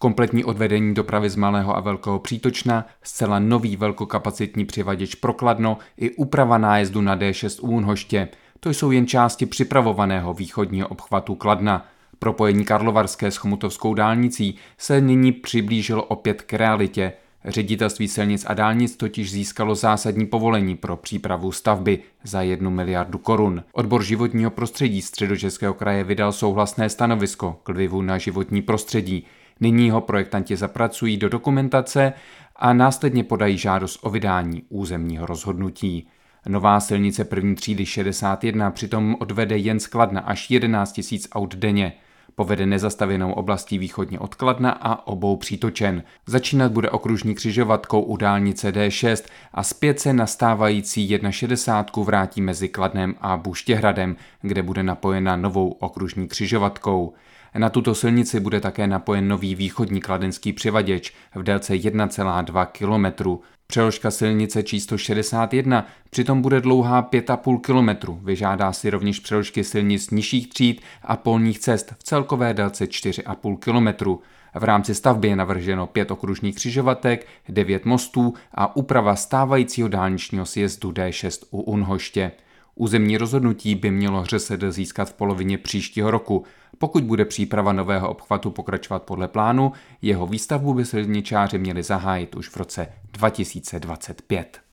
Kompletní odvedení dopravy z Malého a Velkého Přítočna, zcela nový velkokapacitní přivaděč pro Kladno i úprava nájezdu na D6 u Únhoště. To jsou jen části připravovaného východního obchvatu Kladna. Propojení Karlovarské s Chomutovskou dálnicí se nyní přiblížilo opět k realitě. Ředitelství silnic a dálnic totiž získalo zásadní povolení pro přípravu stavby za 1 miliardu korun. Odbor životního prostředí Středočeského kraje vydal souhlasné stanovisko k vlivu na životní prostředí. Nyní ho projektanti zapracují do dokumentace a následně podají žádost o vydání územního rozhodnutí. Nová silnice první třídy 61 přitom odvede jen z Kladna až 11 000 aut denně. Povede nezastavěnou oblastí východně od Kladna a obou Přítočen. Začínat bude okružní křižovatkou u dálnice D6 a zpět se na stávající 1,60 vrátí mezi Kladnem a Buštěhradem, kde bude napojena novou okružní křižovatkou. Na tuto silnici bude také napojen nový východní kladenský přivaděč v délce 1,2 kilometru. Přeložka silnice číslo 61 přitom bude dlouhá 5,5 kilometru. Vyžádá si rovněž přeložky silnic nižších tříd a polních cest v celkové délce 4,5 kilometru. V rámci stavby je navrženo 5 okružních křižovatek, 9 mostů a úprava stávajícího dálničního sjezdu D6 u Únhoště. Územní rozhodnutí by mělo ŘSD získat v polovině příštího roku. Pokud bude příprava nového obchvatu pokračovat podle plánu, jeho výstavbu by silničáři měli zahájit už v roce 2025.